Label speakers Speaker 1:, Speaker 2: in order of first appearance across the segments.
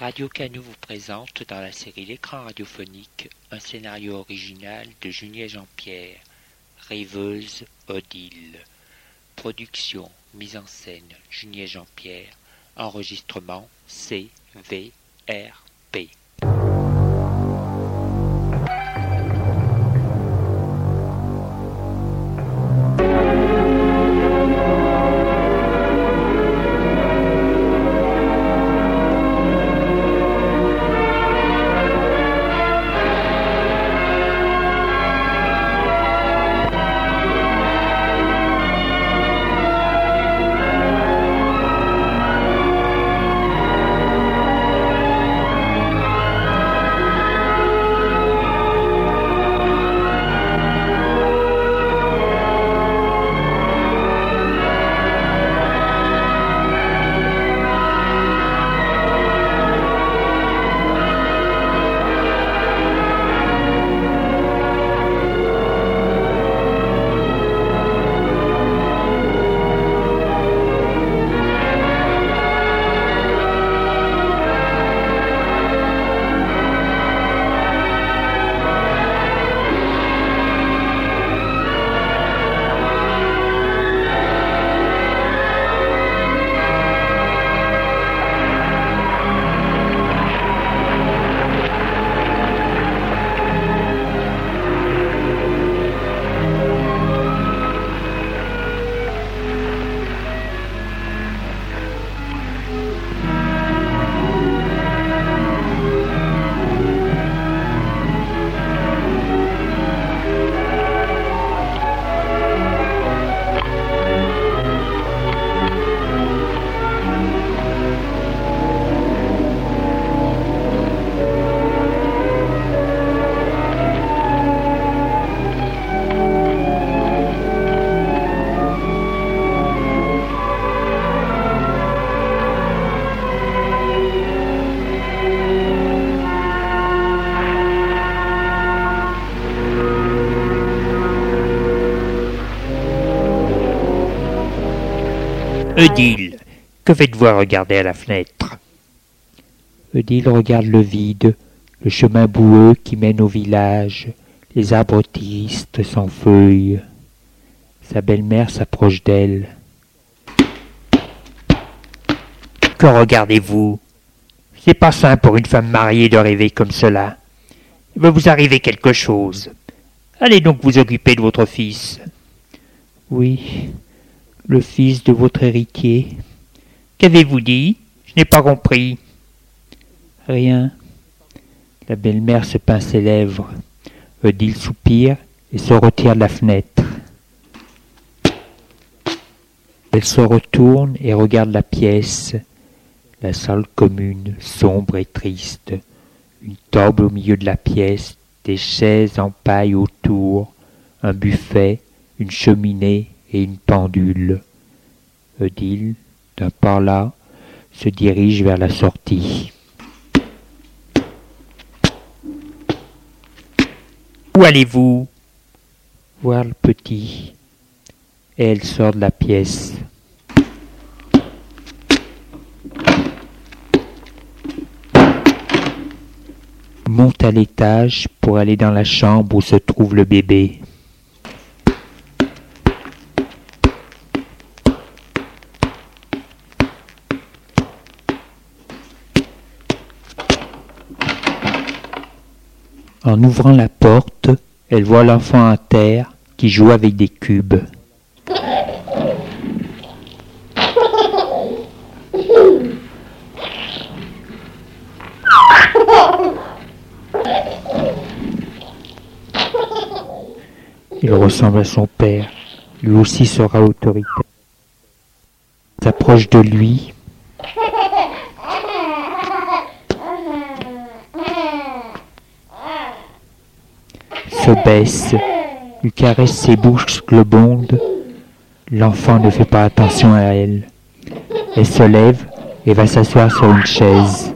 Speaker 1: Radio Canu vous présente dans la série L'écran radiophonique un scénario original de Julie Jean-Pierre, rêveuse Odile. Production, mise en scène Julie Jean-Pierre, enregistrement CVRP.
Speaker 2: Odile, que faites-vous à regarder à la fenêtre? Odile regarde le vide, le chemin boueux qui mène au village, les arbres tristes sans feuilles. Sa belle-mère s'approche d'elle. Que regardez-vous? C'est pas sain pour une femme mariée de rêver comme cela. Il va vous arriver quelque chose. Allez donc vous occuper de votre fils. Oui, le fils de votre héritier. Qu'avez-vous dit? Je n'ai pas compris. Rien. La belle-mère se pince les lèvres. Odile soupire et se retire de la fenêtre. Elle se retourne et regarde la pièce. La salle commune, sombre et triste. Une table au milieu de la pièce, des chaises en paille autour, un buffet, une cheminée et une pendule. Odile, d'un pas là, se dirige vers la sortie. Où allez-vous? Voir le petit. Et elle sort de la pièce. Monte à l'étage pour aller dans la chambre où se trouve le bébé. En ouvrant la porte, elle voit l'enfant à terre qui joue avec des cubes. Il ressemble à son père. Lui aussi sera autoritaire. Il s'approche de lui. Se baisse, lui caresse ses bouches globondes. L'enfant ne fait pas attention à elle. Elle se lève et va s'asseoir sur une chaise.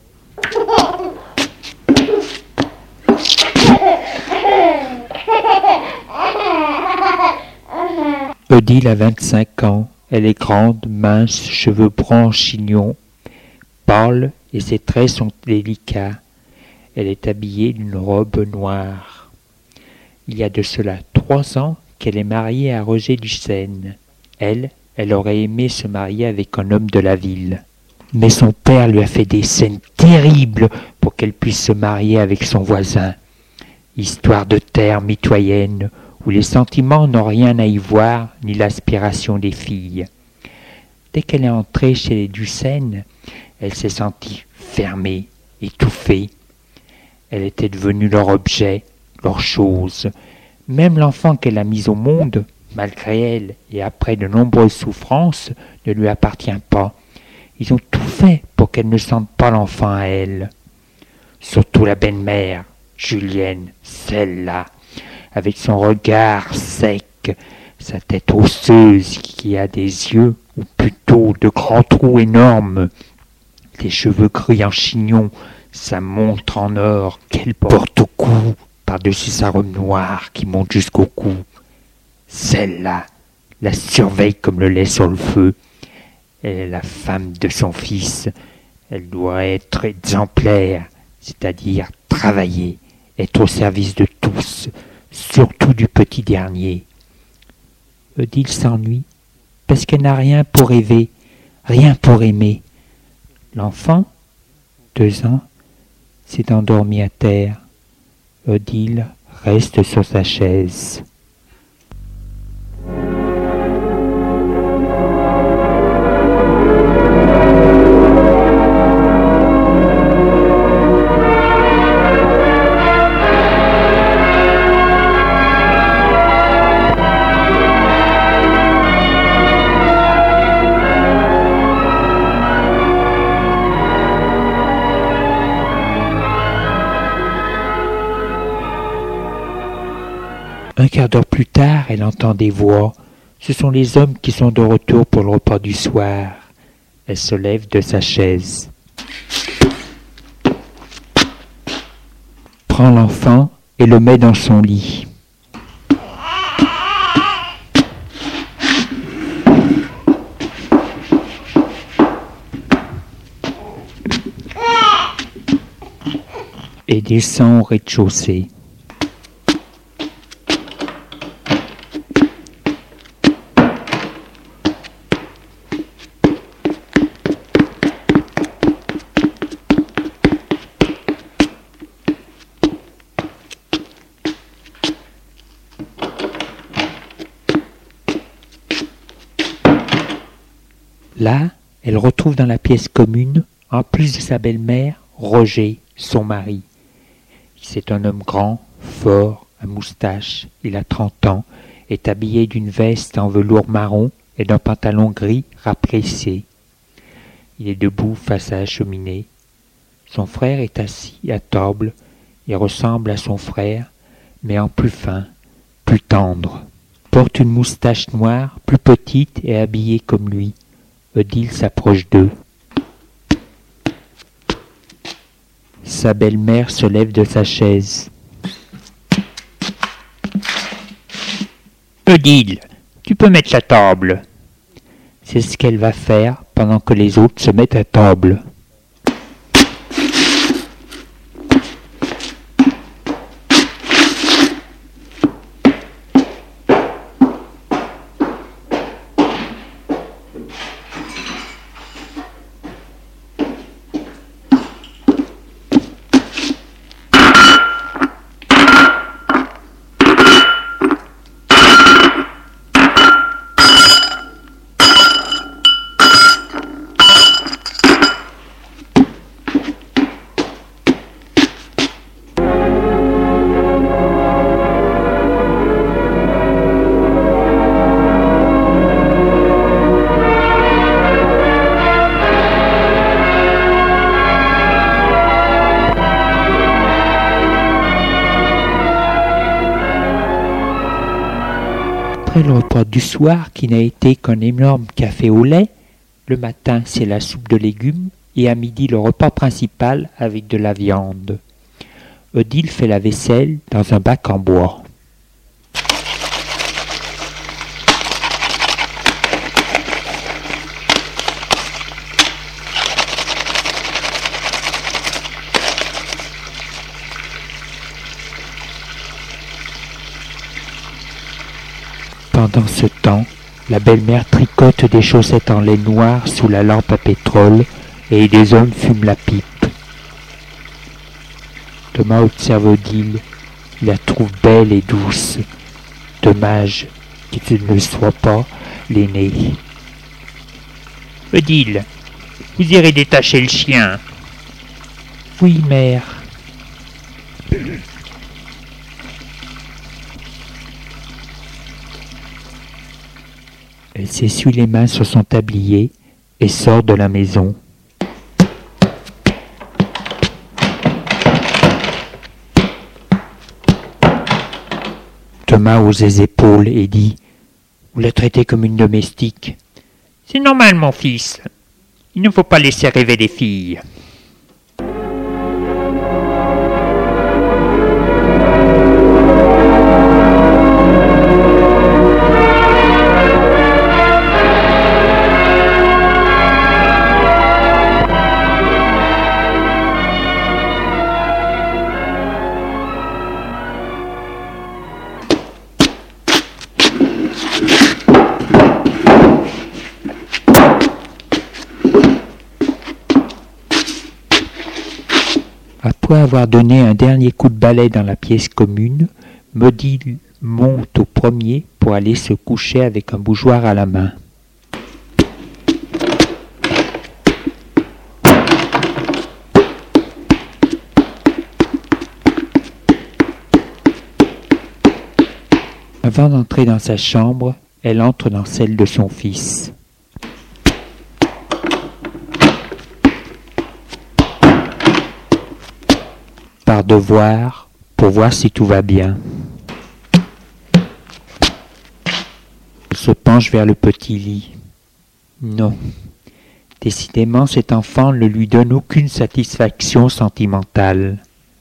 Speaker 2: Odile a 25 ans. Elle est grande, mince, cheveux bruns en chignon, pâle et ses traits sont délicats. Elle est habillée d'une robe noire. Il y a de cela 3 ans qu'elle est mariée à Roger Duchesne. Elle aurait aimé se marier avec un homme de la ville. Mais son père lui a fait des scènes terribles pour qu'elle puisse se marier avec son voisin. Histoire de terre mitoyenne, où les sentiments n'ont rien à y voir, ni l'aspiration des filles. Dès qu'elle est entrée chez les Duchesne, elle s'est sentie fermée, étouffée. Elle était devenue leur objet, leur chose. Même l'enfant qu'elle a mis au monde, malgré elle et après de nombreuses souffrances, ne lui appartient pas. Ils ont tout fait pour qu'elle ne sente pas l'enfant à elle. Surtout la belle-mère, Julienne, celle-là, avec son regard sec, sa tête osseuse qui a des yeux, ou plutôt de grands trous énormes, les cheveux gris en chignon, sa montre en or qu'elle porte au cou, par-dessus sa robe noire qui monte jusqu'au cou. Celle-là la surveille comme le lait sur le feu. Elle est la femme de son fils. Elle doit être exemplaire, c'est-à-dire travailler, être au service de tous, surtout du petit dernier. Odile s'ennuie, parce qu'elle n'a rien pour rêver, rien pour aimer. L'enfant, 2 ans, s'est endormi à terre. Odile reste sur sa chaise. Un quart d'heure plus tard, elle entend des voix. Ce sont les hommes qui sont de retour pour le repas du soir. Elle se lève de sa chaise. Prend l'enfant et le met dans son lit. Et descend au rez-de-chaussée. Là, elle retrouve dans la pièce commune, en plus de sa belle-mère, Roger, son mari. C'est un homme grand, fort, à moustache, il a 30 ans, est habillé d'une veste en velours marron et d'un pantalon gris rapressé. Il est debout face à la cheminée. Son frère est assis à table et ressemble à son frère, mais en plus fin, plus tendre. Porte une moustache noire, plus petite et habillée comme lui. Odile s'approche d'eux. Sa belle-mère se lève de sa chaise. Odile, tu peux mettre la table. C'est ce qu'elle va faire pendant que les autres se mettent à table. Après le repas du soir, qui n'a été qu'un énorme café au lait, le matin c'est la soupe de légumes et à midi le repas principal avec de la viande. Odile fait la vaisselle dans un bac en bois. Pendant ce temps, la belle-mère tricote des chaussettes en laine noire sous la lampe à pétrole et des hommes fument la pipe. Thomas observe Odile, il la trouve belle et douce. Dommage qu'il ne soit pas l'aîné. Odile, vous irez détacher le chien. Oui, mère. Elle s'essuie les mains sur son tablier et sort de la maison. Thomas hausse les épaules et dit « Vous la traitez comme une domestique. »« C'est normal, mon fils. Il ne faut pas laisser rêver les filles. » Après avoir donné un dernier coup de balai dans la pièce commune, Odile monte au premier pour aller se coucher avec un bougeoir à la main. Avant d'entrer dans sa chambre, elle entre dans celle de son fils. Par devoir, pour voir si tout va bien. Elle se penche vers le petit lit. Non, décidément cet enfant ne lui donne aucune satisfaction sentimentale.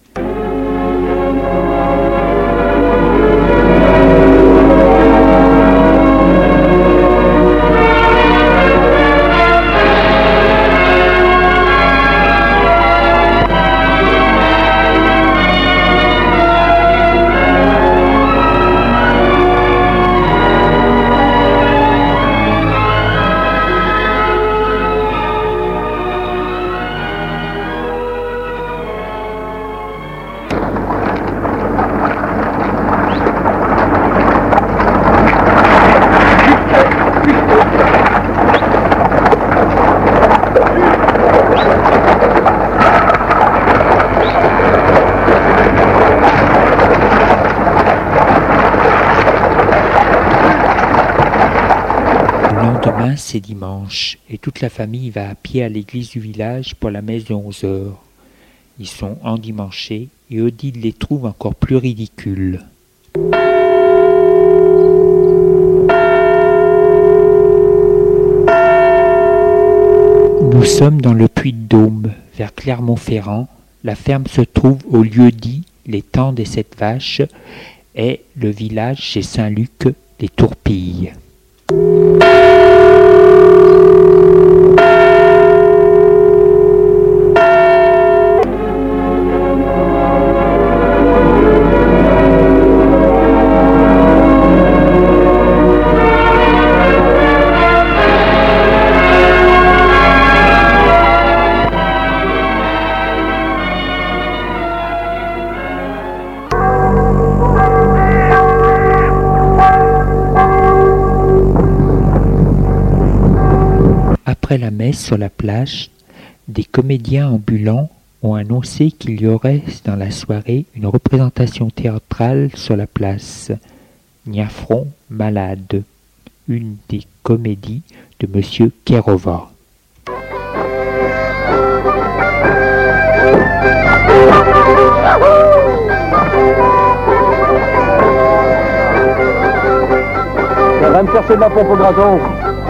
Speaker 2: Demain, c'est dimanche, et toute la famille va à pied à l'église du village pour la messe de 11 heures. Ils sont endimanchés, et Odile les trouve encore plus ridicules. Nous sommes dans le Puy-de-Dôme, vers Clermont-Ferrand. La ferme se trouve au lieu-dit l'étang des 7 vaches, et le village chez Saint-Luc, les Tourpilles. Après la messe sur la plage, des comédiens ambulants ont annoncé qu'il y aurait dans la soirée une représentation théâtrale sur la place. Niafron malade, une des comédies de Monsieur Kerova.
Speaker 3: Ça va me chercher de la pompe au graton.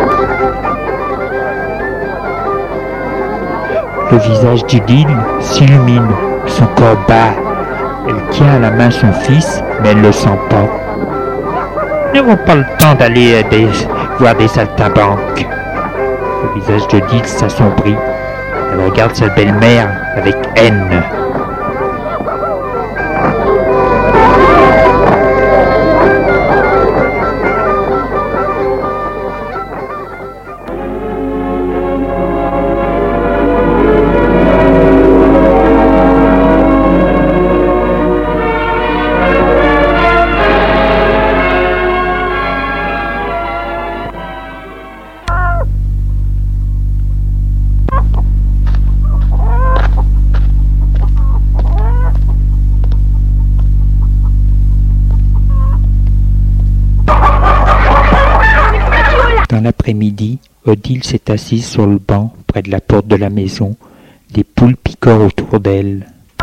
Speaker 2: Le visage d'Odile s'illumine, son corps bat. Elle tient à la main son fils, mais elle ne le sent pas. Nous n'avons pas le temps d'aller voir des saltimbanques. Le visage d'Odile s'assombrit. Elle regarde sa belle-mère avec haine. l'après-midi, Odile s'est assise sur le banc près de la porte de la maison. Des poules picorent autour d'elle.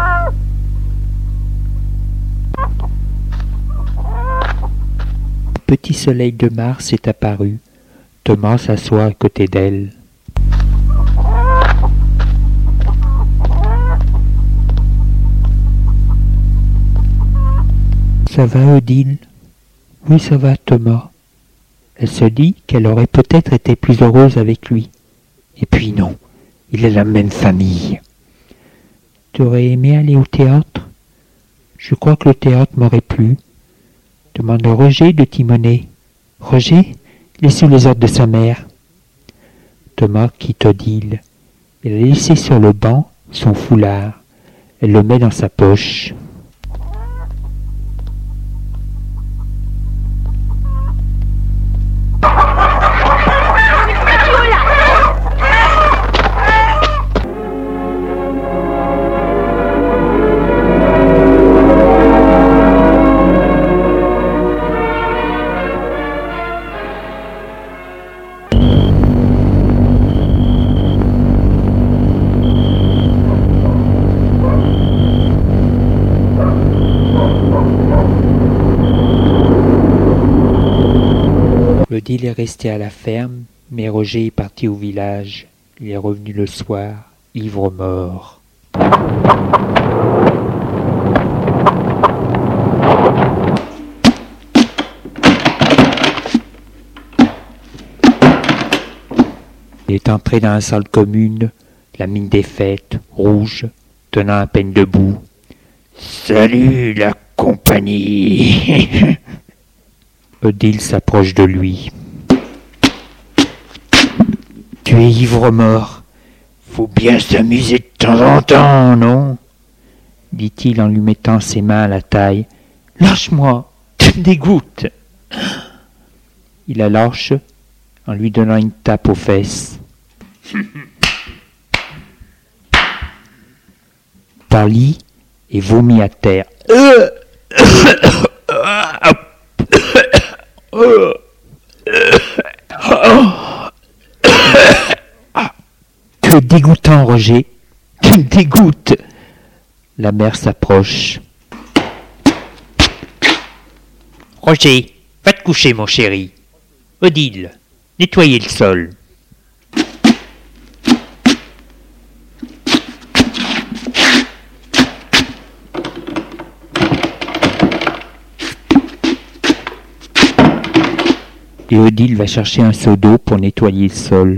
Speaker 2: Un petit soleil de mars est apparu. Thomas s'assoit à côté d'elle. Ça va, Odile? Oui, ça va, Thomas. Elle se dit qu'elle aurait peut-être été plus heureuse avec lui. Et puis non, il est la même famille. Tu aurais aimé aller au théâtre? Je crois que le théâtre m'aurait plu. Demande Roger de Timonet. Roger, il est sous les ordres de sa mère. Thomas quitte Odile. Il a laissé sur le banc son foulard. Elle le met dans sa poche. Odile est resté à la ferme, mais Roger est parti au village. Il est revenu le soir, ivre-mort. Il est entré dans la salle commune, la mine défaite, rouge, tenant à peine debout. « Salut la compagnie !» Odile s'approche de lui. « Tu es ivre-mort. Faut bien s'amuser de temps en temps, non ?» dit-il en lui mettant ses mains à la taille. « Lâche-moi, tu me dégoûtes !» Il la lâche en lui donnant une tape aux fesses. Pâlit et vomit à terre. Tu es dégoûtant, Roger. Tu me dégoûtes. La mère s'approche. Roger, va te coucher, mon chéri. Odile, nettoyez le sol. Et Odile va chercher un seau d'eau pour nettoyer le sol.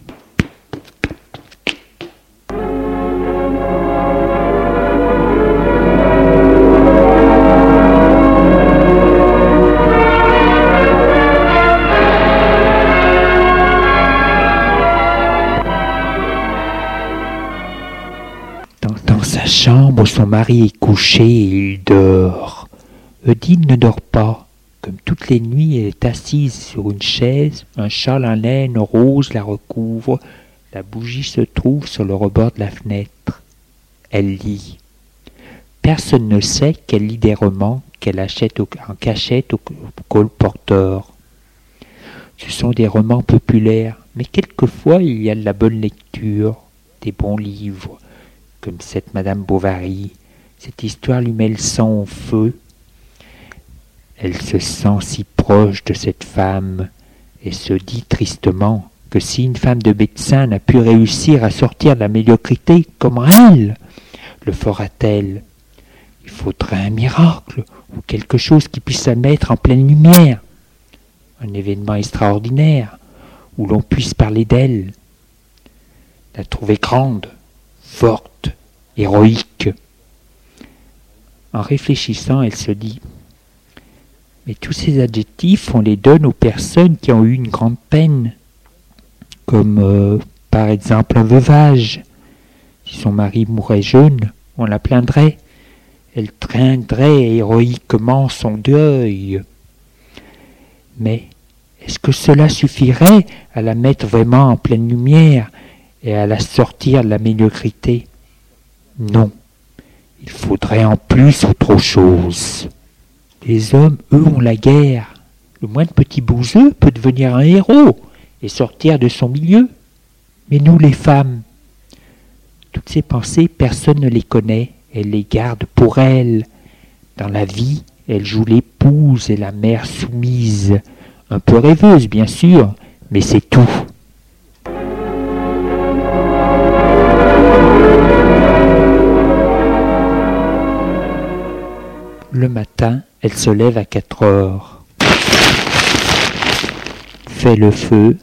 Speaker 2: Dans sa chambre, son mari est couché et il dort. Odile ne dort pas. Comme toutes les nuits, elle est assise sur une chaise, un châle en laine rose la recouvre, la bougie se trouve sur le rebord de la fenêtre. Elle lit. Personne ne sait qu'elle lit des romans qu'elle achète en cachette au colporteur. Ce sont des romans populaires, mais quelquefois il y a de la bonne lecture, des bons livres, comme cette Madame Bovary. Cette histoire lui met le sang au feu. Elle se sent si proche de cette femme et se dit tristement que si une femme de médecin n'a pu réussir à sortir de la médiocrité, comment elle le fera-t-elle? Il faudrait un miracle ou quelque chose qui puisse la mettre en pleine lumière, un événement extraordinaire où l'on puisse parler d'elle, la trouver grande, forte, héroïque. En réfléchissant, elle se dit: mais tous ces adjectifs, on les donne aux personnes qui ont eu une grande peine, comme par exemple un veuvage. Si son mari mourait jeune, on la plaindrait. Elle traînerait héroïquement son deuil. Mais est-ce que cela suffirait à la mettre vraiment en pleine lumière et à la sortir de la médiocrité? Non, il faudrait en plus autre chose. Les hommes, eux, ont la guerre. Le moindre petit bouseux peut devenir un héros. et sortir de son milieu. Mais nous les femmes, toutes ces pensées, personne ne les connaît, elle les garde pour elle. Dans la vie, elle joue l'épouse et la mère soumise, un peu rêveuse bien sûr, mais c'est tout. Le matin, elle se lève à 4 heures, fait le feu,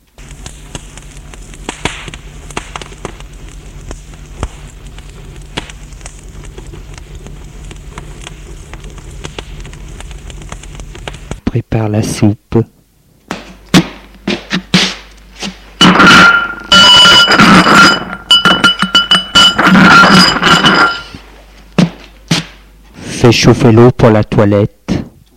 Speaker 2: prépare la soupe, fait chauffer l'eau pour la toilette,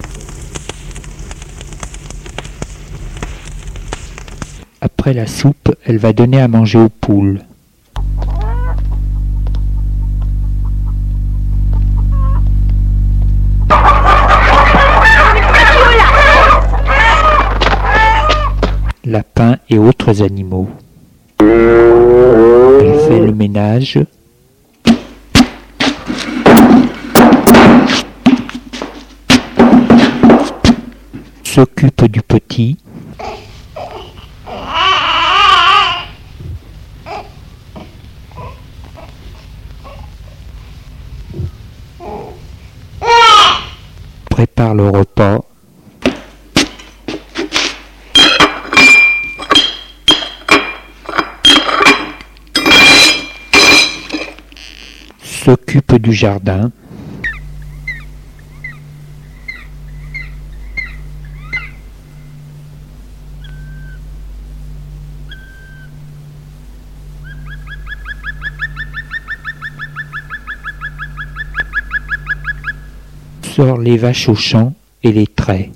Speaker 2: après la soupe, elle va donner à manger aux poules. Lapins et autres animaux. Elle fait le ménage. S'occupe du petit. Prépare le repas. S'occupe du jardin. Sort les vaches au champ et les traits.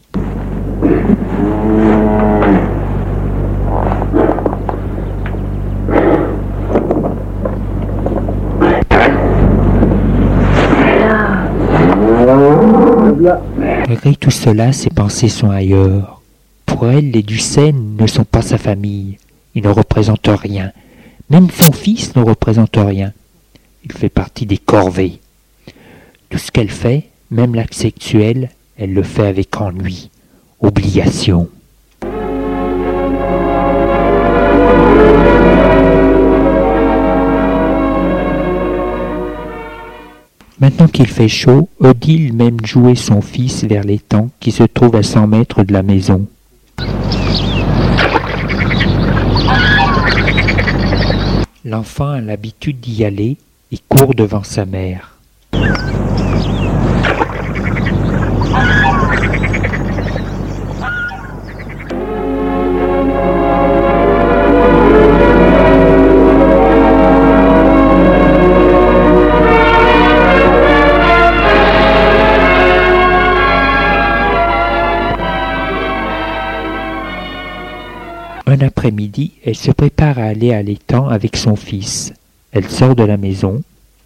Speaker 2: Malgré tout cela, ses pensées sont ailleurs. Pour elle, les Duchesne ne sont pas sa famille. Ils ne représentent rien. Même son fils ne représente rien. Il fait partie des corvées. Tout ce qu'elle fait, même l'acte sexuel, elle le fait avec ennui, obligation. Maintenant qu'il fait chaud, Odile mène jouer son fils vers l'étang qui se trouve à 100 mètres de la maison. L'enfant a l'habitude d'y aller et court devant sa mère. Un après-midi, elle se prépare à aller à l'étang avec son fils. Elle sort de la maison.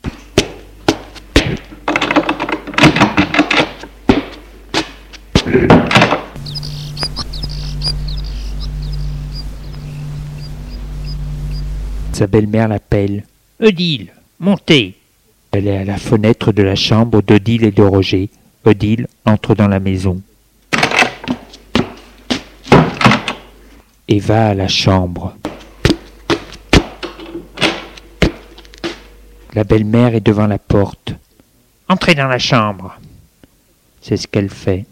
Speaker 2: Sa belle-mère l'appelle. « Odile, montez !» Elle est à la fenêtre de la chambre d'Odile et de Roger. Odile entre dans la maison et va à la chambre. La belle-mère est devant la porte. « Entrez dans la chambre !» C'est ce qu'elle fait.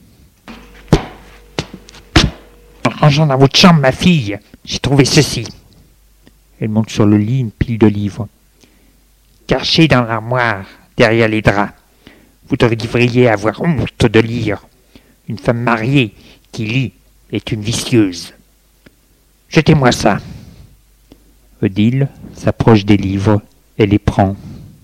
Speaker 2: « En rangeant dans votre chambre, ma fille, j'ai trouvé ceci. » Elle monte sur le lit une pile de livres. « Cachés dans l'armoire, derrière les draps. Vous devriez avoir honte de lire. Une femme mariée qui lit est une vicieuse. Jetez-moi ça. » Odile s'approche des livres et les prend.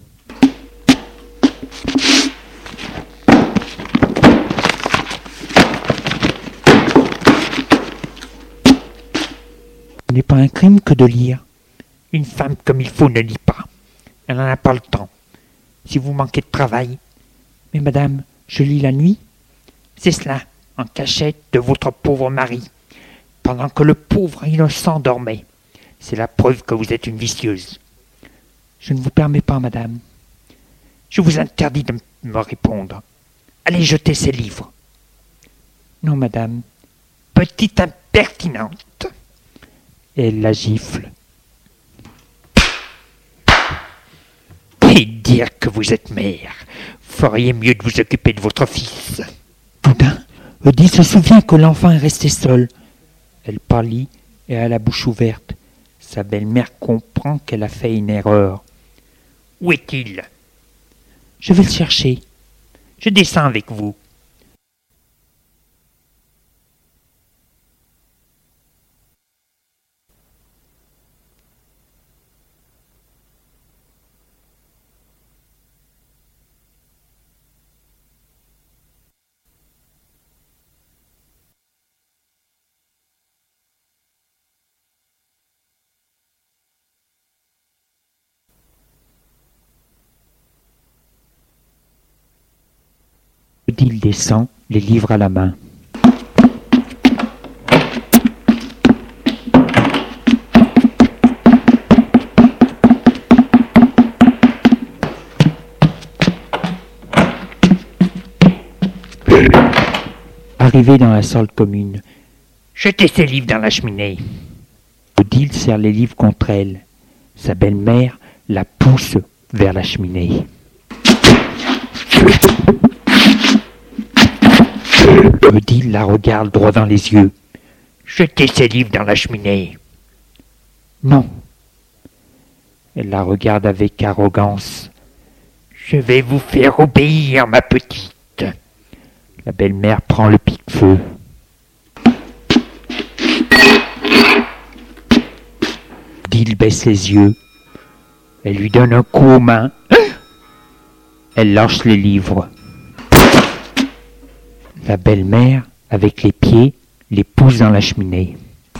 Speaker 2: Ce n'est pas un crime que de lire. Une femme comme il faut ne lit pas. Elle n'en a pas le temps. Si vous manquez de travail. Mais madame, je lis la nuit. C'est cela, en cachette de votre pauvre mari. pendant que le pauvre innocent dormait. C'est la preuve que vous êtes une vicieuse. Je ne vous permets pas, madame. Je vous interdis de me répondre. Allez jeter ces livres. Non, madame. Petite impertinente. Et elle la gifle. Et dire que vous êtes mère. Vous feriez mieux de vous occuper de votre fils. Soudain, Odile se souvient que l'enfant est resté seul. Elle pâlit et a la bouche ouverte. Sa belle-mère comprend qu'elle a fait une erreur. Où est-il? Je vais le chercher. Je descends avec vous. Odile descend, les livres à la main. Arrivé dans la salle commune, jetez ces livres dans la cheminée. Odile serre les livres contre elle. Sa belle-mère la pousse vers la cheminée. Odile la regarde droit dans les yeux. Jetez ces livres dans la cheminée. Non. Elle la regarde avec arrogance. Je vais vous faire obéir, ma petite. La belle-mère prend le pic-feu. Odile baisse les yeux. Elle lui donne un coup aux mains. Elle lâche les livres. La belle-mère, avec les pieds, les pousse dans la cheminée.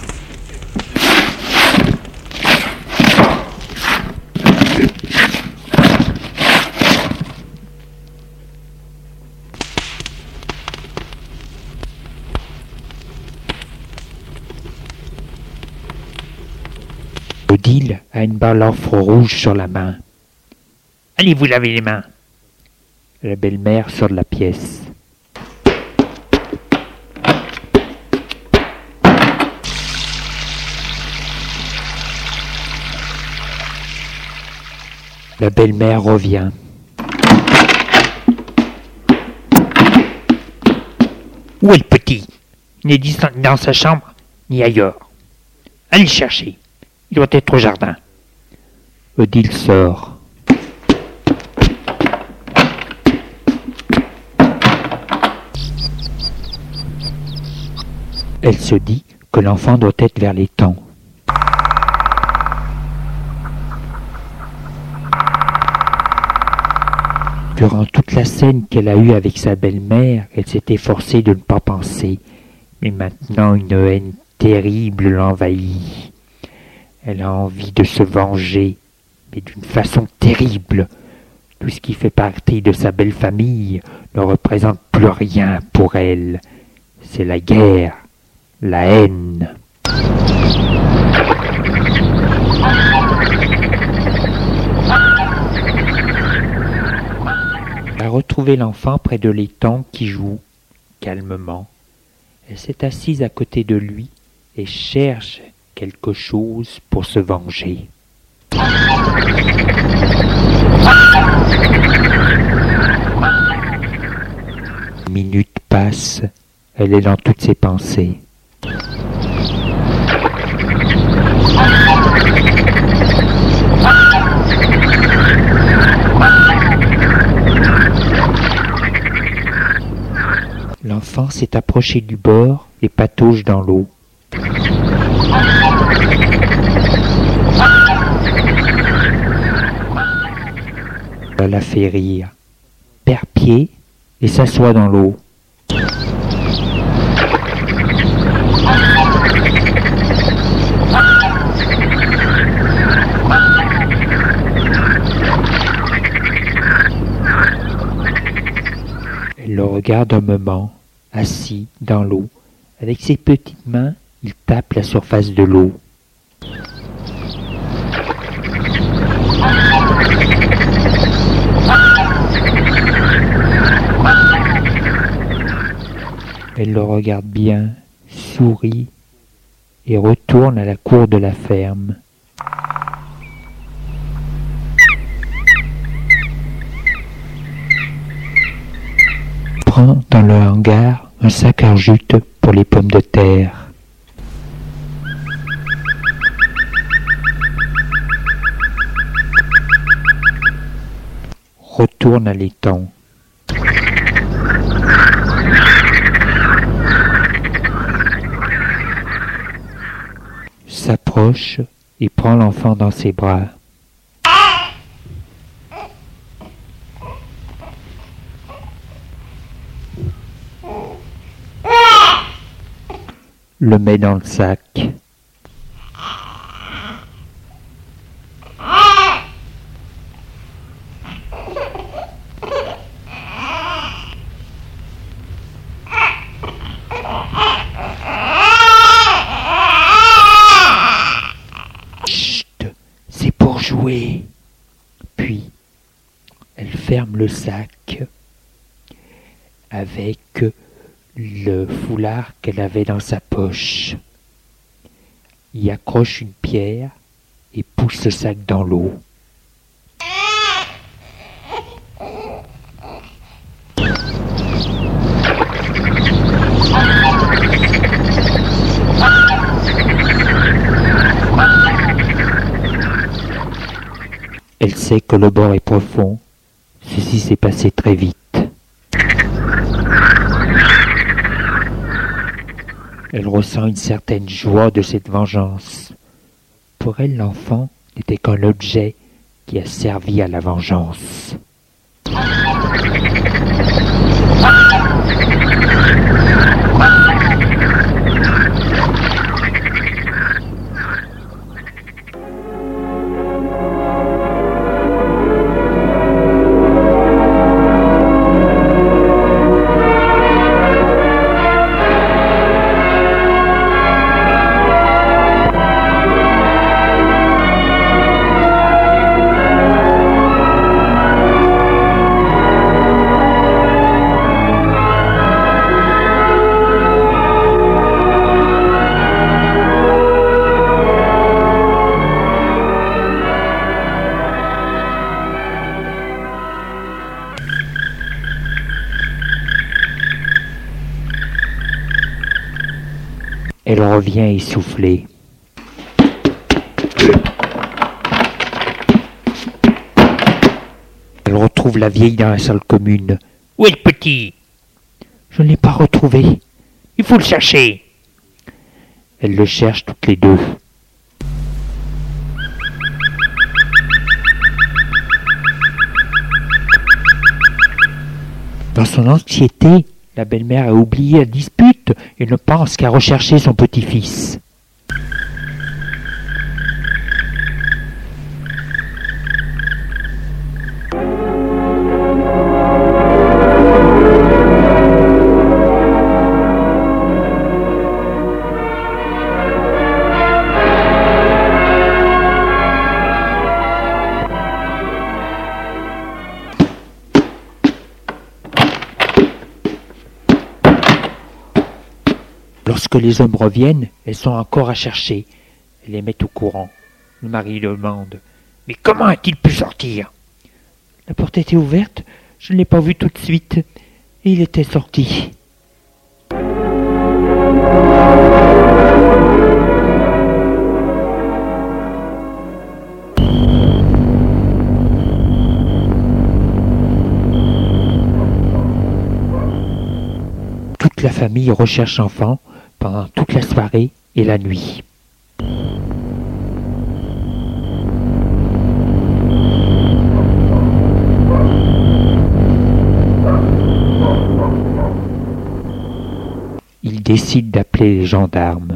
Speaker 2: Odile a une balafre rouge sur la main. Allez vous laver les mains. La belle-mère sort de la pièce. La belle-mère revient. Où est le petit? Il n'est ni dans sa chambre, ni ailleurs. Allez le chercher. Il doit être au jardin. Odile sort. Elle se dit que l'enfant doit être vers l'étang. Durant toute la scène qu'elle a eue avec sa belle-mère, elle s'est efforcée de ne pas penser. Mais maintenant, une haine terrible l'envahit. Elle a envie de se venger, mais d'une façon terrible. Tout ce qui fait partie de sa belle famille ne représente plus rien pour elle. C'est la guerre, la haine. Elle a retrouvé l'enfant près de l'étang qui joue calmement. Elle s'est assise à côté de lui et cherche quelque chose pour se venger. Une minute passe, elle est dans toutes ses pensées. L'enfant s'est approché du bord et patauge dans l'eau. Ça la fait rire, perd pied et s'assoit dans l'eau. Elle le regarde un moment, assis dans l'eau, avec ses petites mains Il tape la surface de l'eau. Elle le regarde bien, sourit et retourne à la cour de la ferme. Prend dans le hangar un sac à jute pour les pommes de terre. Retourne à l'étang. S'approche et prend l'enfant dans ses bras. Le met dans le sac. Chut, c'est pour jouer. Puis, elle ferme le sac avec le foulard qu'elle avait dans sa poche, y accroche une pierre et pousse le sac dans l'eau. Elle sait que le bord est profond. Ceci s'est passé très vite. Elle ressent une certaine joie de cette vengeance. Pour elle, l'enfant n'était qu'un objet qui a servi à la vengeance. Elle revient essoufflée. Elle retrouve la vieille dans la salle commune. « Où est le petit ?»« Je ne l'ai pas retrouvé. Il faut le chercher. » Elles le cherchent toutes les deux. Dans son anxiété, la belle-mère a oublié la dispute et ne pense qu'à rechercher son petit-fils. Lorsque les hommes reviennent, elles sont encore à chercher. Elle les met au courant. Le mari demande « Mais comment a-t-il pu sortir ?»« La porte était ouverte, je ne l'ai pas vu tout de suite, et il était sorti. » Toute la famille recherche l'enfant pendant toute la soirée et la nuit. Ils décident d'appeler les gendarmes.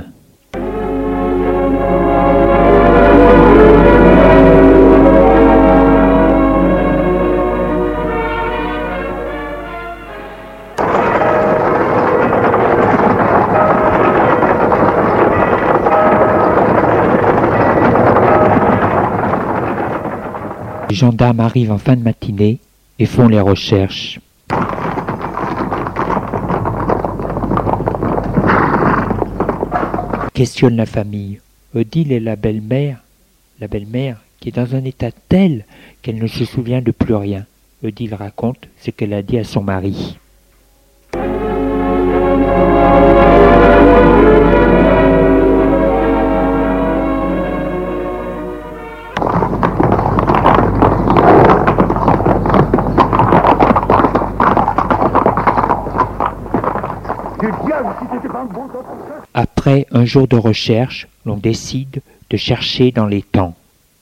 Speaker 2: Les gendarmes arrivent en fin de matinée et font les recherches. Questionne la famille. Odile et la belle-mère qui est dans un état tel qu'elle ne se souvient de plus rien. Odile raconte ce qu'elle a dit à son mari. Après un jour de recherche, l'on décide de chercher dans les temps.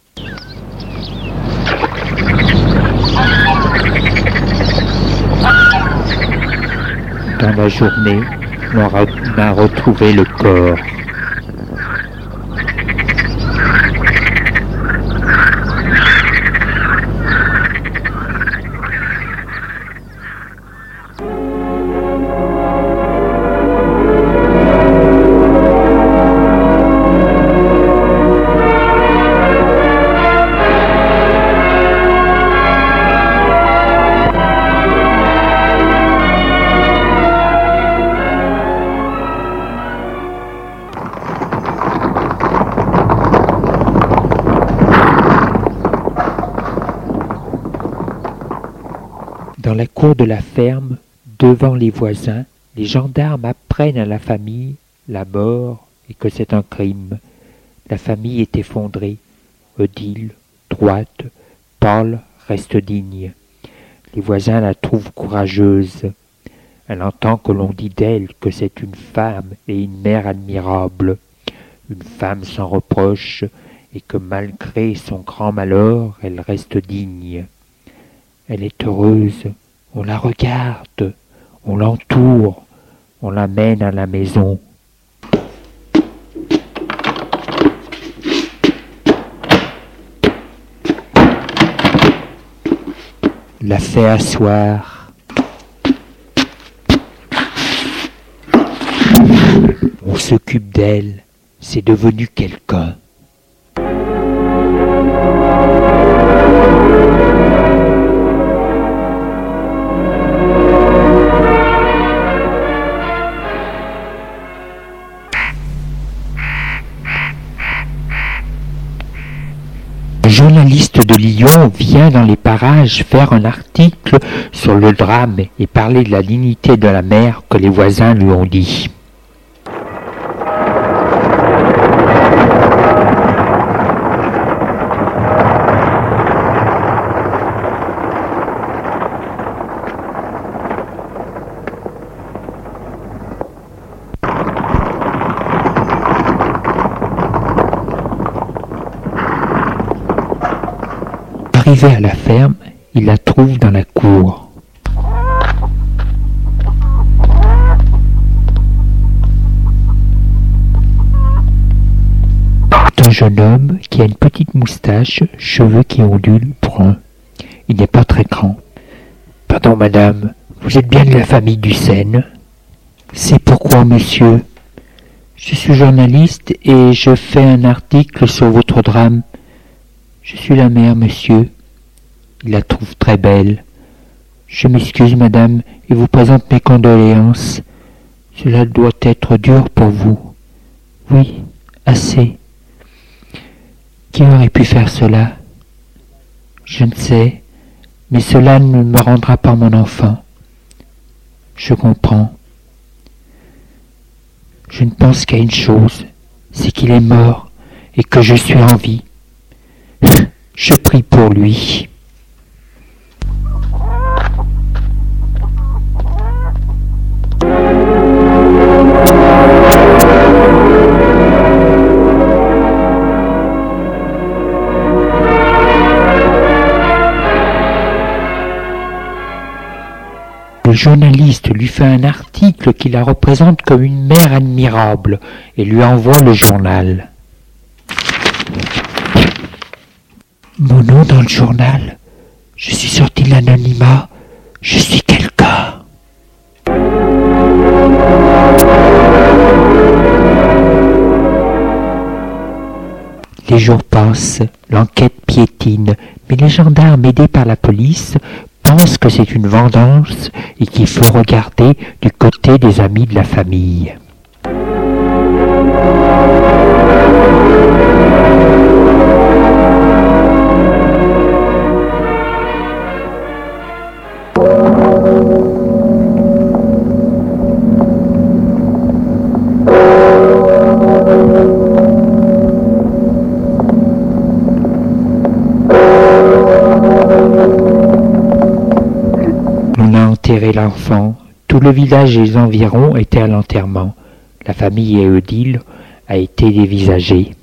Speaker 2: Dans la journée, l'on a retrouvé le corps. Dans la cour de la ferme, devant les voisins, les gendarmes apprennent à la famille la mort et que c'est un crime. La famille est effondrée. Odile, droite, Paul reste digne. Les voisins la trouvent courageuse. Elle entend que l'on dit d'elle que c'est une femme et une mère admirable, une femme sans reproche, et que malgré son grand malheur, elle reste digne. Elle est heureuse, on la regarde, on l'entoure, on l'amène à la maison. La fait asseoir. On s'occupe d'elle, c'est devenu quelqu'un. Le journaliste de Lyon vient dans les parages faire un article sur le drame et parler de la dignité de la mère que les voisins lui ont dit. Arrivé à la ferme, il la trouve dans la cour. C'est un jeune homme qui a une petite moustache, cheveux qui ondulent, bruns. Il n'est pas très grand. « Pardon, madame, vous êtes bien de la famille Ducène ?»« C'est pourquoi, monsieur ? Je suis journaliste et je fais un article sur votre drame. Je suis la mère, monsieur. » Il la trouve très belle. « Je m'excuse, madame, et vous présente mes condoléances. Cela doit être dur pour vous. »« Oui, assez. » »« Qui aurait pu faire cela ? » ?»« Je ne sais, mais cela ne me rendra pas mon enfant. »« Je comprends. Je ne pense qu'à une chose, c'est qu'il est mort et que je suis en vie. Je prie pour lui. » Le journaliste lui fait un article qui la représente comme une mère admirable et lui envoie le journal. Mon nom dans le journal, je suis sorti de l'anonymat, je suis quelqu'un. Les jours passent, l'enquête piétine, Mais les gendarmes, aidés par la police, pensent que c'est une vengeance et qu'il faut regarder du côté des amis de la famille. On a enterré l'enfant. Tout le village et les environs étaient à l'enterrement. La famille et Odile a été dévisagée.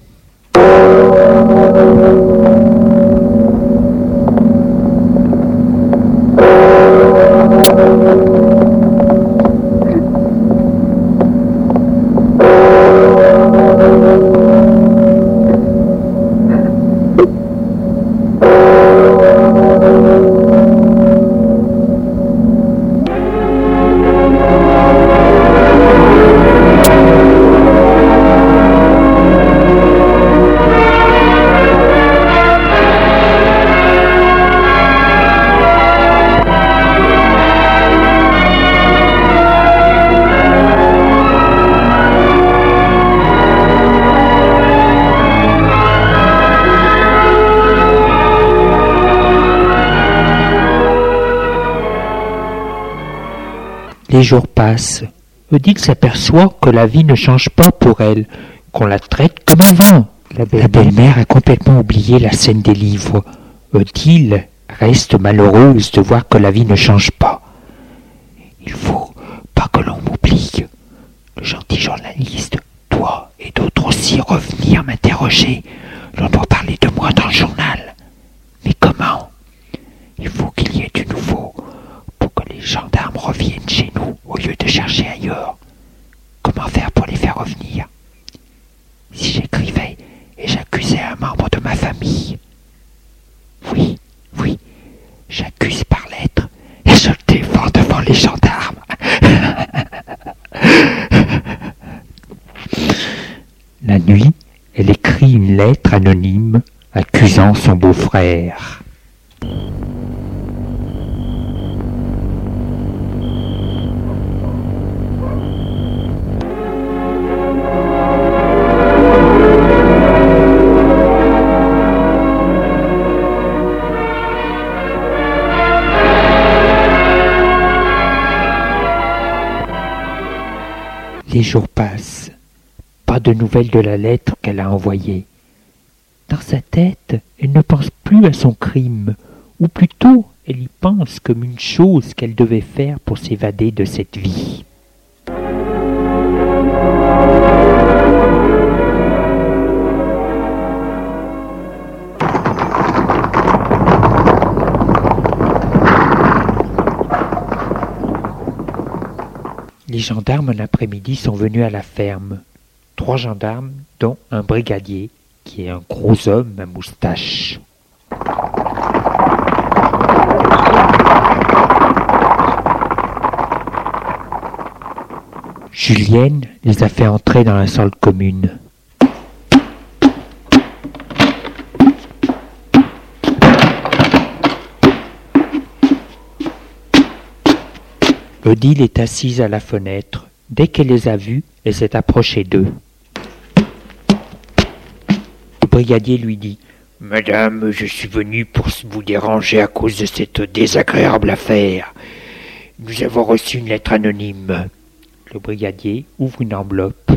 Speaker 2: Les jours passent. Odile s'aperçoit que la vie ne change pas pour elle, qu'on la traite comme avant. La belle-mère a complètement oublié la scène des livres. Odile reste malheureuse de voir que la vie ne change pas. Il faut pas que l'on m'oublie. Le gentil journaliste doit, et d'autres aussi, revenir m'interroger. L'on doit parler de moi dans le journal. Mais comment? Il faut qu'il y ait du nouveau pour que les gendarmes reviennent chez nous au lieu de chercher ailleurs. Comment faire pour les faire revenir? Si j'écrivais et j'accusais un membre de ma famille. Oui, j'accuse par lettre et je le défends devant les gendarmes. La nuit, elle écrit une lettre anonyme accusant son beau-frère. Les jours passent. Pas de nouvelles de la lettre qu'elle a envoyée. Dans sa tête, elle ne pense plus à son crime, ou plutôt, elle y pense comme une chose qu'elle devait faire pour s'évader de cette vie. Les gendarmes l'après-midi sont venus à la ferme. 3 gendarmes, dont un brigadier, qui est un gros homme à moustache. Julienne les a fait entrer dans la salle commune. Odile est assise à la fenêtre. Dès qu'elle les a vus, elle s'est approchée d'eux. Le brigadier lui dit « Madame, je suis venu pour vous déranger à cause de cette désagréable affaire. Nous avons reçu une lettre anonyme. » Le brigadier ouvre une enveloppe.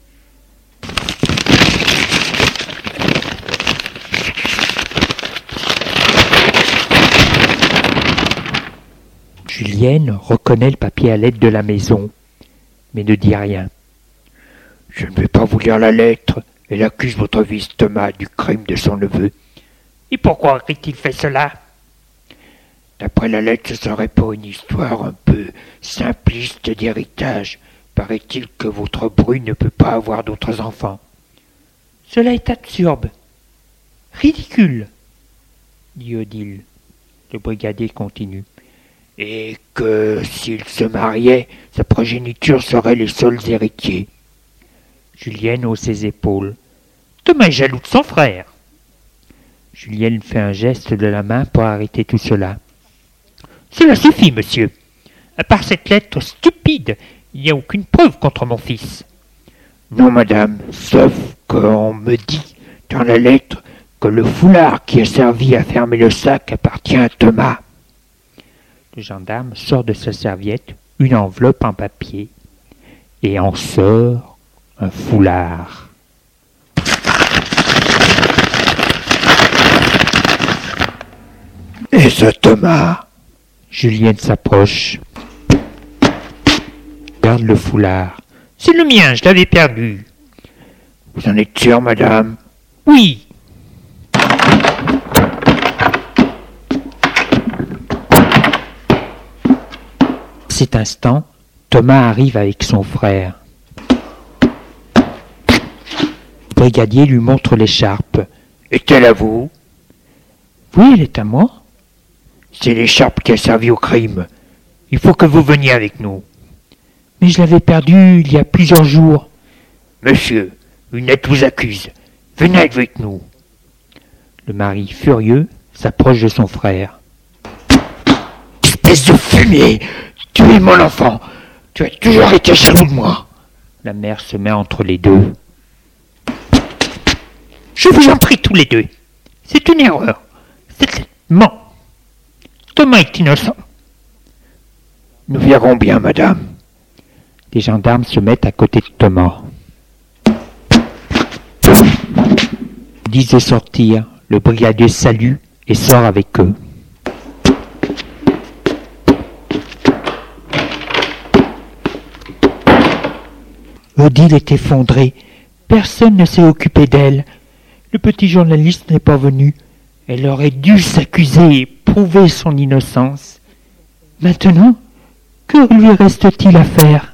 Speaker 2: Julienne reconnaît le papier à l'aide de la maison, mais ne dit rien. « Je ne vais pas vous lire la lettre. Elle accuse votre fils Thomas du crime de son neveu. »« Et pourquoi aurait-il fait cela ?» D'après la lettre, ce serait pas une histoire un peu simpliste d'héritage. Paraît-il que votre bru ne peut pas avoir d'autres enfants. »« Cela est absurde. Ridicule, dit Odile. Le brigadier continue. Et que, s'il se mariait, sa progéniture serait les seuls héritiers. Julienne hausse ses épaules. Thomas est jaloux de son frère. Julienne fait un geste de la main pour arrêter tout cela. Cela suffit, monsieur. À part cette lettre stupide, il n'y a aucune preuve contre mon fils. Non, madame, sauf qu'on me dit dans la lettre que le foulard qui a servi à fermer le sac appartient à Thomas. Le gendarme sort de sa serviette une enveloppe en papier et en sort un foulard. Et ce Thomas? Julienne s'approche. Regarde le foulard. C'est le mien, je l'avais perdu. Vous en êtes sûre, madame? Oui. À cet instant, Thomas arrive avec son frère. Le brigadier lui montre l'écharpe. Est-elle à vous? Oui, elle est à moi. C'est l'écharpe qui a servi au crime. Il faut que vous veniez avec nous. Mais je l'avais perdue il y a plusieurs jours. Monsieur, une lettre vous accuse. Venez avec nous. Le mari, furieux, s'approche de son frère. Espèce de fumier! Tu es mon enfant! Tu as toujours été jaloux de moi! La mère se met entre les deux. Je vous en prie tous les deux. C'est une erreur. Cette lettre ment. Thomas est innocent. Nous verrons bien, madame. Les gendarmes se mettent à côté de Thomas. Ils disent de sortir. Le brigadier salue et sort avec eux. Odile est effondrée. Personne ne s'est occupé d'elle. Le petit journaliste n'est pas venu. Elle aurait dû s'accuser et prouver son innocence. Maintenant, que lui reste-t-il à faire?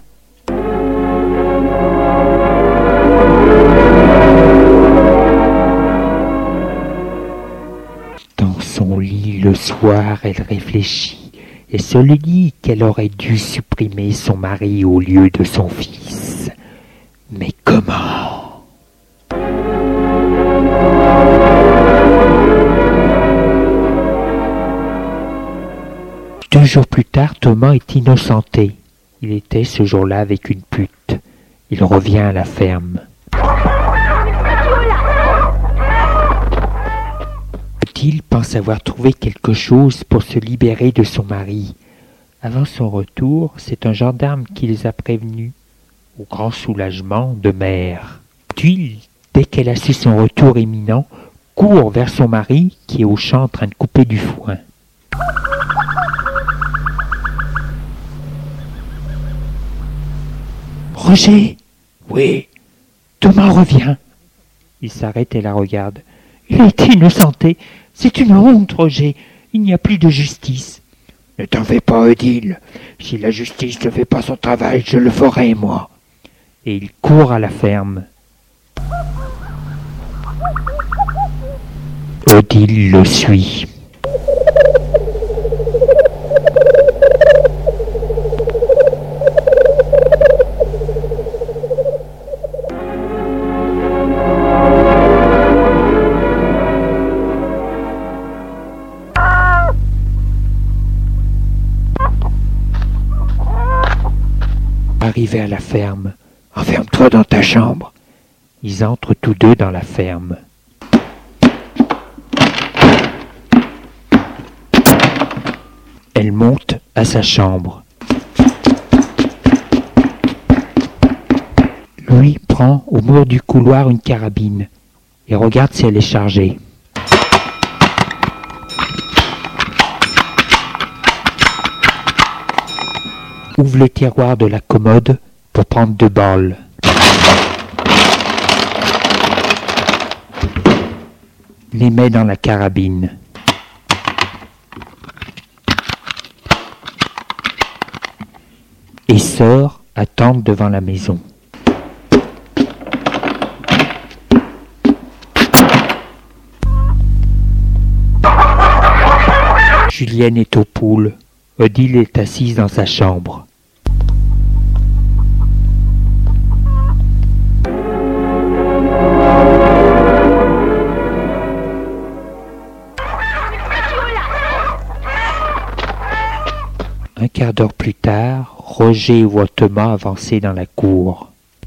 Speaker 2: Dans son lit le soir, elle réfléchit et se dit qu'elle aurait dû supprimer son mari au lieu de son fils. Mais comment? 2 jours plus tard, Thomas est innocenté. Il était ce jour-là avec une pute. Il revient à la ferme. Odile pense avoir trouvé quelque chose pour se libérer de son mari. Avant son retour, c'est un gendarme qui les a prévenus, au grand soulagement de mère. Odile, dès qu'elle a su son retour imminent, court vers son mari qui est au champ en train de couper du foin. Roger? Oui. Thomas revient. Il s'arrête et la regarde. Il a été innocenté. C'est une honte, Roger. Il n'y a plus de justice. Ne t'en fais pas, Odile. Si la justice ne fait pas son travail, je le ferai, moi. Et il court à la ferme. Odile le suit. Arrivé à la ferme, enferme-toi dans ta chambre. Ils entrent tous deux dans la ferme. Elle monte à sa chambre. Lui prend au mur du couloir une carabine et regarde si elle est chargée. Ouvre le tiroir de la commode pour prendre 2 balles. Les met dans la carabine. Et sort attendre devant la maison. Julienne est aux poules. Odile est assise dans sa chambre. Un quart d'heure plus tard, Roger voit Thomas avancer dans la cour.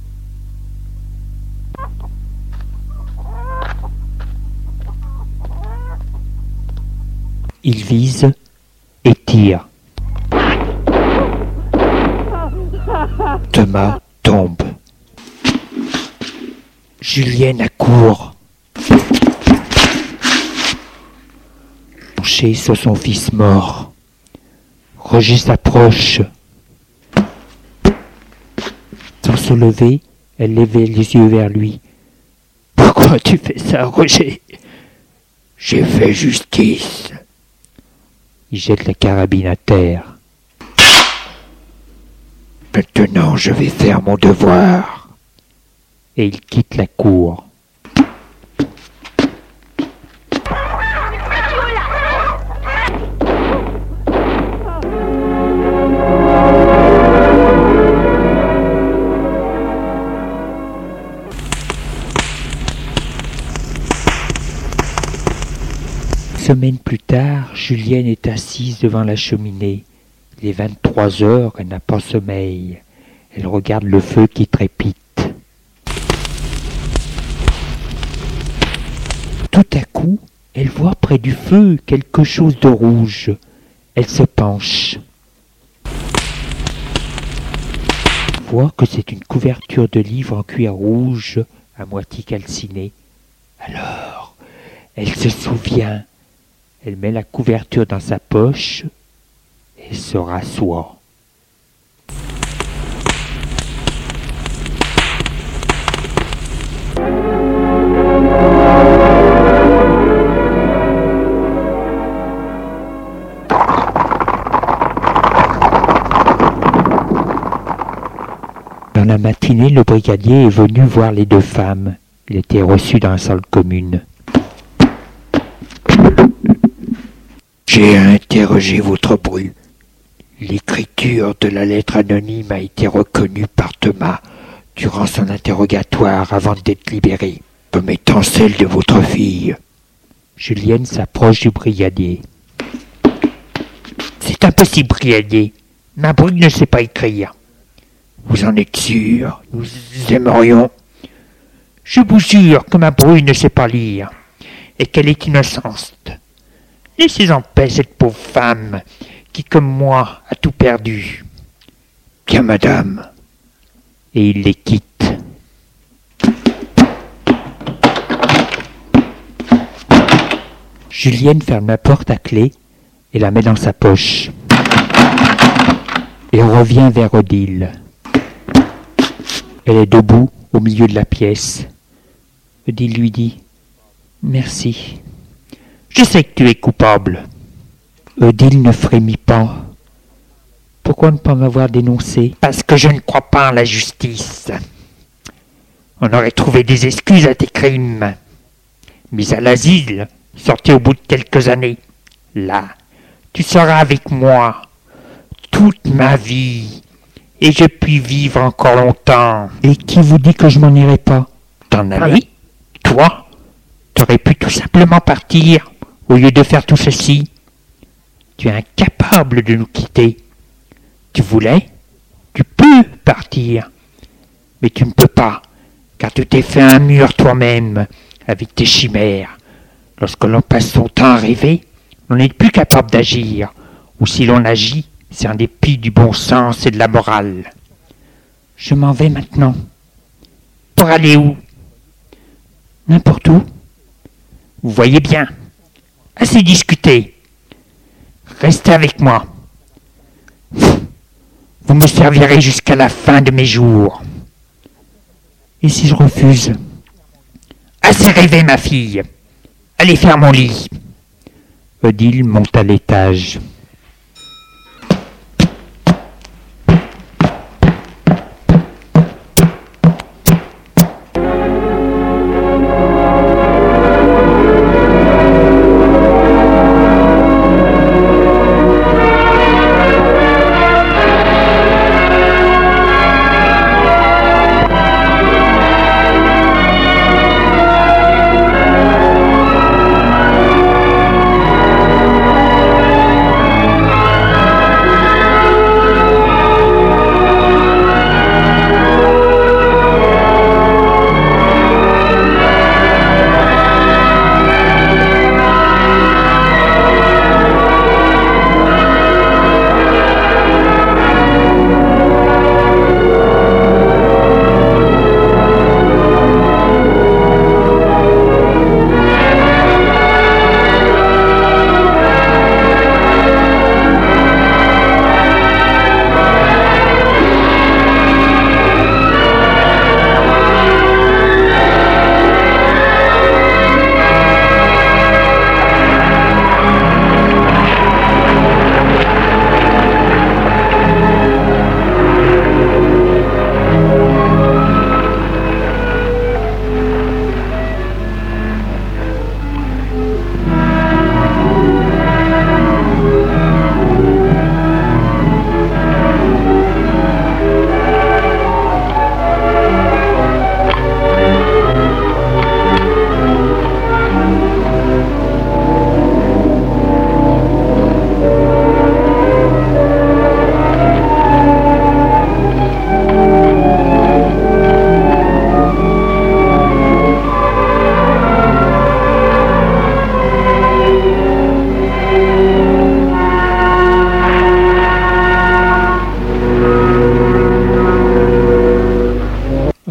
Speaker 2: Il vise et tire. Thomas tombe. Julienne accourt. Penchée sur son fils mort. Roger s'approche. Sans se lever, elle levait les yeux vers lui. « Pourquoi tu fais ça, Roger ? » ?»« J'ai fait justice. » Il jette la carabine à terre. « Maintenant, je vais faire mon devoir. » Et il quitte la cour. Semaine plus tard, Julienne est assise devant la cheminée. Il est 23 heures, elle n'a pas sommeil. Elle regarde le feu qui trépite. Tout à coup, elle voit près du feu quelque chose de rouge. Elle se penche. Elle voit que c'est une couverture de livre en cuir rouge, à moitié calcinée. Alors, elle se souvient. Elle met la couverture dans sa poche et se rassoit. Dans la matinée, le brigadier est venu voir les deux femmes. Il était reçu dans la salle commune. J'ai interrogé votre bru. L'écriture de la lettre anonyme a été reconnue par Thomas durant son interrogatoire avant d'être libéré, comme étant celle de votre fille. Julienne s'approche du brigadier. C'est impossible, brigadier. Ma bru ne sait pas écrire. Vous en êtes sûr? Nous aimerions. Je vous jure que ma bru ne sait pas lire et qu'elle est innocente. Laissez en paix cette pauvre femme qui, comme moi, a tout perdu. Bien, madame. Et il les quitte. Julienne ferme la porte à clé et la met dans sa poche. Et revient vers Odile. Elle est debout au milieu de la pièce. Odile lui dit « Merci. Je sais que tu es coupable. » Odile ne frémit pas. Pourquoi ne pas m'avoir dénoncé? Parce que je ne crois pas en la justice. On aurait trouvé des excuses à tes crimes. Mise à l'asile, sorti au bout de quelques années. Là, tu seras avec moi toute ma vie. Et je puis vivre encore longtemps. Et qui vous dit que je m'en irai pas? T'en aller? Toi? T'aurais pu tout simplement partir au lieu de faire tout ceci. Tu es incapable de nous quitter. Tu voulais? Tu peux partir. Mais tu ne peux pas, car tu t'es fait un mur toi-même avec tes chimères. Lorsque l'on passe son temps à rêver, on n'est plus capable d'agir. Ou si l'on agit, c'est en dépit du bon sens et de la morale. Je m'en vais maintenant. Pour aller où? N'importe où. Vous voyez bien. Assez discuté. Restez avec moi. Vous me servirez jusqu'à la fin de mes jours. Et si je refuse? Assez rêvé, ma fille. Allez faire mon lit. Odile monte à l'étage.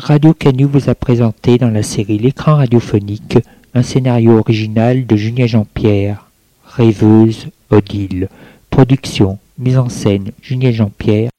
Speaker 2: Radio Canu vous a présenté dans la série L'écran radiophonique un scénario original de Julien Jean-Pierre. Rêveuse, Odile. Production, mise en scène, Julien Jean-Pierre.